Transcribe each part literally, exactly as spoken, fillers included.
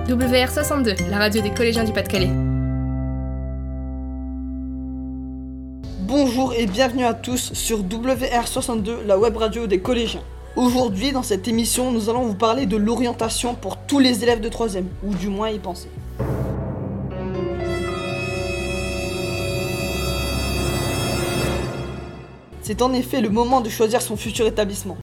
W R soixante-deux, la radio des collégiens du Pas-de-Calais. Bonjour et bienvenue à tous sur W R soixante-deux, la web radio des collégiens. Aujourd'hui, dans cette émission, nous allons vous parler de l'orientation pour tous les élèves de troisième, ou du moins y penser. C'est en effet le moment de choisir son futur établissement.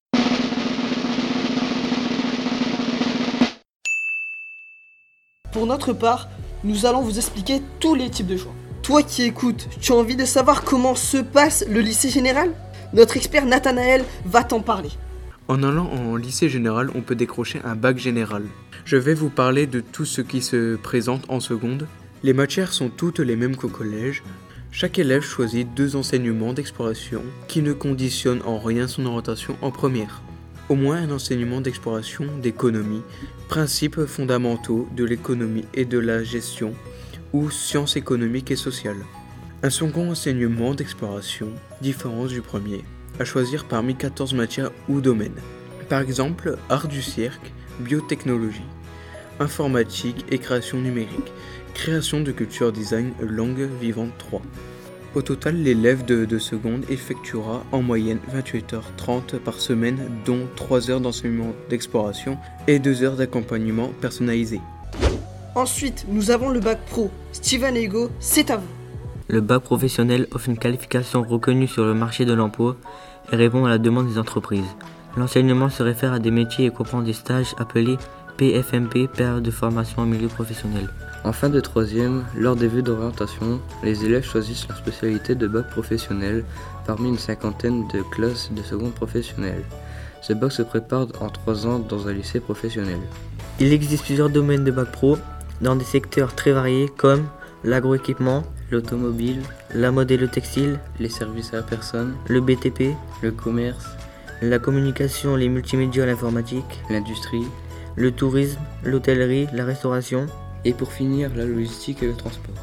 Pour notre part, nous allons vous expliquer tous les types de choix. Toi qui écoutes, tu as envie de savoir comment se passe le lycée général ? Notre expert Nathanaël va t'en parler. En allant en lycée général, on peut décrocher un bac général. Je vais vous parler de tout ce qui se présente en seconde. Les matières sont toutes les mêmes qu'au collège. Chaque élève choisit deux enseignements d'exploration qui ne conditionnent en rien son orientation en première. Au moins un enseignement d'exploration d'économie, principes fondamentaux de l'économie et de la gestion, ou sciences économiques et sociales. Un second enseignement d'exploration, différence du premier, à choisir parmi quatorze matières ou domaines. Par exemple, art du cirque, biotechnologie, informatique et création numérique, création de culture design langue vivante trois. Au total, l'élève de, de seconde effectuera en moyenne vingt-huit heures trente par semaine, dont trois heures d'enseignement d'exploration et deux heures d'accompagnement personnalisé. Ensuite, nous avons le bac pro. Steven et Hugo, c'est à vous. Le bac professionnel offre une qualification reconnue sur le marché de l'emploi et répond à la demande des entreprises. L'enseignement se réfère à des métiers et comprend des stages appelés P F M P, période de formation en milieu professionnel. En fin de troisième, lors des vœux d'orientation, les élèves choisissent leur spécialité de bac professionnel parmi une cinquantaine de classes de seconde professionnelle. Ce bac se prépare en trois ans dans un lycée professionnel. Il existe plusieurs domaines de bac pro dans des secteurs très variés comme l'agroéquipement, l'automobile, la mode et le textile, les services à la personne, le B T P, le commerce, la communication, les multimédias, l'informatique, l'industrie, le tourisme, l'hôtellerie, la restauration. Et pour finir, la logistique et le transport.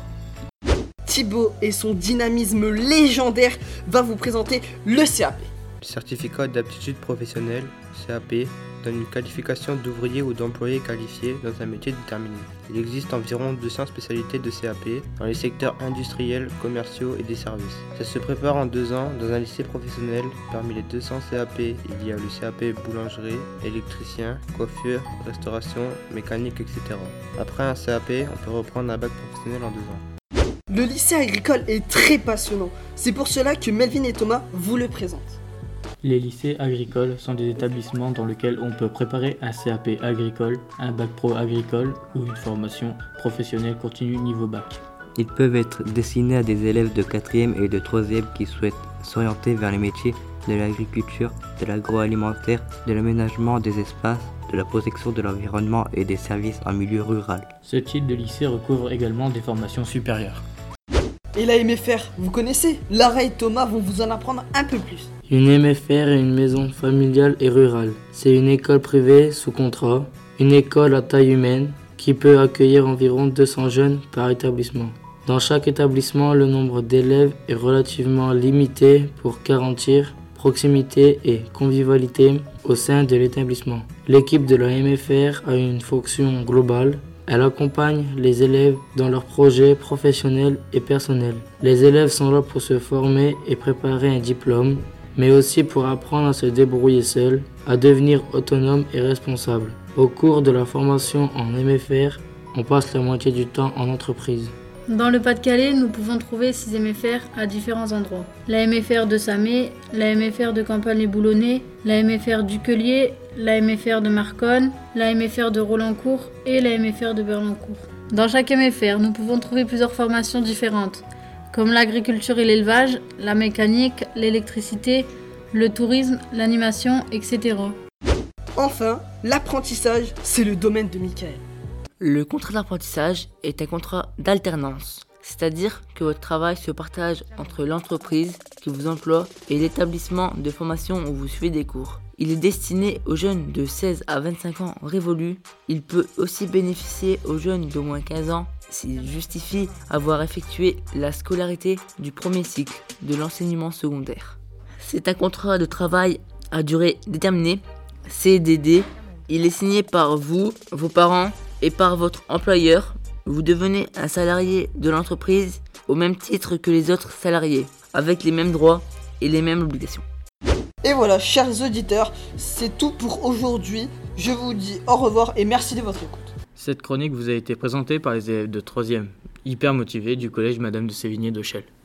Thibaut et son dynamisme légendaire va vous présenter le C A P. Le certificat d'aptitude professionnelle, C A P, donne une qualification d'ouvrier ou d'employé qualifié dans un métier déterminé. Il existe environ deux cents spécialités de C A P dans les secteurs industriels, commerciaux et des services. Ça se prépare en deux ans dans un lycée professionnel. Parmi les deux cents C A P, il y a le C A P boulangerie, électricien, coiffure, restauration, mécanique, et cetera. Après un C A P, on peut reprendre un bac professionnel en deux ans. Le lycée agricole est très passionnant. C'est pour cela que Melvin et Thomas vous le présentent. Les lycées agricoles sont des établissements dans lesquels on peut préparer un C A P agricole, un bac pro agricole ou une formation professionnelle continue niveau bac. Ils peuvent être destinés à des élèves de quatrième et de troisième qui souhaitent s'orienter vers les métiers de l'agriculture, de l'agroalimentaire, de l'aménagement des espaces, de la protection de l'environnement et des services en milieu rural. Ce type de lycée recouvre également des formations supérieures. Et la M F R, vous connaissez ? Lara et Thomas vont vous en apprendre un peu plus. Une M F R est une maison familiale et rurale. C'est une école privée sous contrat, une école à taille humaine qui peut accueillir environ deux cents jeunes par établissement. Dans chaque établissement, le nombre d'élèves est relativement limité pour garantir proximité et convivialité au sein de l'établissement. L'équipe de la M F R a une fonction globale. Elle accompagne les élèves dans leurs projets professionnels et personnels. Les élèves sont là pour se former et préparer un diplôme, mais aussi pour apprendre à se débrouiller seuls, à devenir autonomes et responsables. Au cours de la formation en M F R, on passe la moitié du temps en entreprise. Dans le Pas-de-Calais, nous pouvons trouver six M F R à différents endroits. La M F R de Samé, la M F R de Campagne-les-Boulonnais, la M F R d'Uquelier, la M F R de Marconne, la M F R de Rolancourt et la M F R de Berlancourt. Dans chaque M F R, nous pouvons trouver plusieurs formations différentes, comme l'agriculture et l'élevage, la mécanique, l'électricité, le tourisme, l'animation, et cetera. Enfin, l'apprentissage, c'est le domaine de Michael. Le contrat d'apprentissage est un contrat d'alternance, c'est-à-dire que votre travail se partage entre l'entreprise qui vous emploie et l'établissement de formation où vous suivez des cours. Il est destiné aux jeunes de seize à vingt-cinq ans révolus. Il peut aussi bénéficier aux jeunes d'au moins quinze ans s'ils justifient avoir effectué la scolarité du premier cycle de l'enseignement secondaire. C'est un contrat de travail à durée déterminée, C D D. Il est signé par vous, vos parents et par votre employeur, vous devenez un salarié de l'entreprise au même titre que les autres salariés, avec les mêmes droits et les mêmes obligations. Et voilà, chers auditeurs, c'est tout pour aujourd'hui. Je vous dis au revoir et merci de votre écoute. Cette chronique vous a été présentée par les élèves de troisième, hyper motivés du collège Madame de Sévigné d'Auchel.